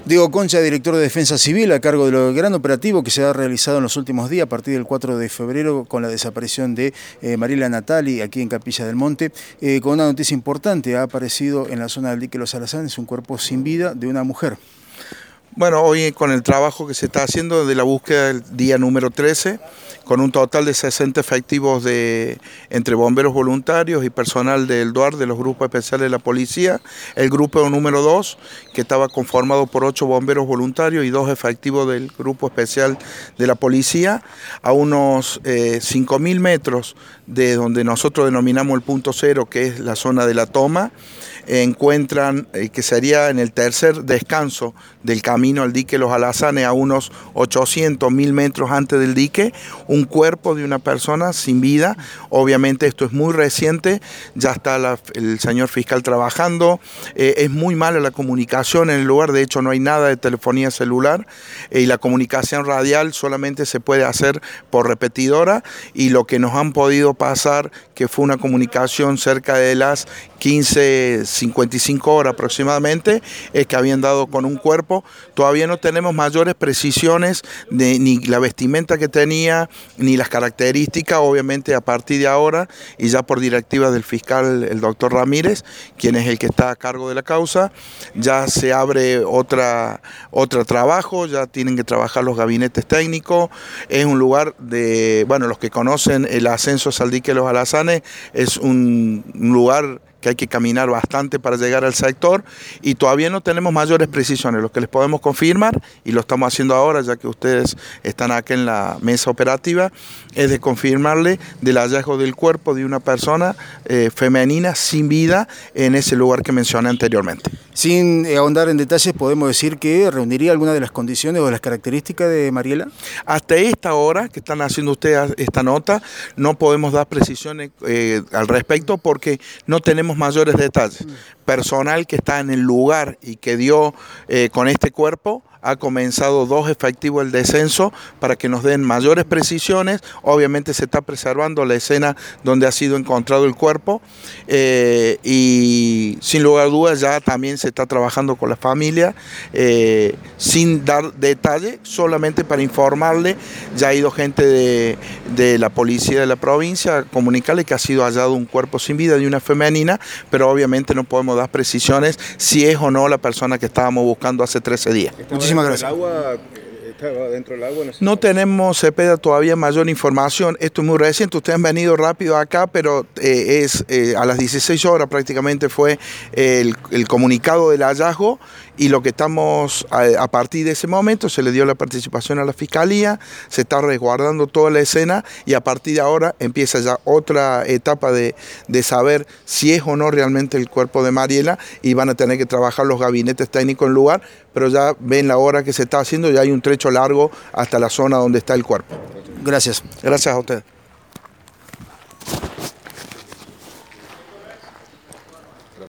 Diego Concha, director de Defensa Civil, a cargo del gran operativo que se ha realizado en los últimos días a partir del 4 de febrero con la desaparición de Mariela Natali aquí en Capilla del Monte. Con una noticia importante, ha aparecido en la zona del dique Los Alazanes un cuerpo sin vida de una mujer. Bueno, hoy con el trabajo que se está haciendo de la búsqueda del día número 13, con un total de 60 efectivos entre bomberos voluntarios y personal del DUAR, de los grupos especiales de la policía, el grupo número 2, que estaba conformado por 8 bomberos voluntarios y 2 efectivos del grupo especial de la policía, a unos 5.000 metros de donde nosotros denominamos el punto cero, que es la zona de la toma. Encuentran, que sería en el tercer descanso del camino al dique Los Alazanes, a unos 800.000 metros antes del dique, un cuerpo de una persona sin vida. Obviamente esto es muy reciente, ya está el señor fiscal trabajando, es muy mala la comunicación en el lugar, de hecho no hay nada de telefonía celular, y la comunicación radial solamente se puede hacer por repetidora, y lo que nos han podido pasar, que fue una comunicación cerca de las 15:55 horas aproximadamente, es que habían dado con un cuerpo. Todavía no tenemos mayores precisiones de ni la vestimenta que tenía, ni las características. Obviamente a partir de ahora, y ya por directiva del fiscal, el doctor Ramírez, quien es el que está a cargo de la causa, ya se abre otro trabajo, ya tienen que trabajar los gabinetes técnicos. Es un lugar de, bueno, los que conocen el ascenso al dique Los Alazanes, es un lugar que hay que caminar bastante para llegar al sector, y todavía no tenemos mayores precisiones. Lo que les podemos confirmar, y lo estamos haciendo ahora ya que ustedes están acá en la mesa operativa, es de confirmarle del hallazgo del cuerpo de una persona femenina sin vida en ese lugar que mencioné anteriormente. Sin ahondar en detalles, ¿podemos decir que reuniría alguna de las condiciones o de las características de Mariela? Hasta esta hora que están haciendo ustedes esta nota, no podemos dar precisiones al respecto, porque no tenemos mayores detalles. Personal que está en el lugar y que dio con este cuerpo, ha comenzado 2 efectivos el descenso para que nos den mayores precisiones. Obviamente se está preservando la escena donde ha sido encontrado el cuerpo, y sin lugar a dudas ya también se está trabajando con la familia, sin dar detalle, solamente para informarle. Ya ha ido gente de la policía de la provincia a comunicarle que ha sido hallado un cuerpo sin vida de una femenina, pero obviamente no podemos dar precisiones si es o no la persona que estábamos buscando hace 13 días. Muchísimas gracias. ¿Estaba dentro del agua? No tenemos, Cepeda, todavía mayor información. Esto es muy reciente, ustedes han venido rápido acá, pero a las 16 horas prácticamente fue el comunicado del hallazgo, y lo que estamos, a partir de ese momento, se le dio la participación a la Fiscalía, se está resguardando toda la escena, y a partir de ahora empieza ya otra etapa de saber si es o no realmente el cuerpo de Mariela, y van a tener que trabajar los gabinetes técnicos en el lugar, pero ya ven la hora que se está haciendo, ya hay un trecho largo hasta la zona donde está el cuerpo. Gracias. Gracias a ustedes.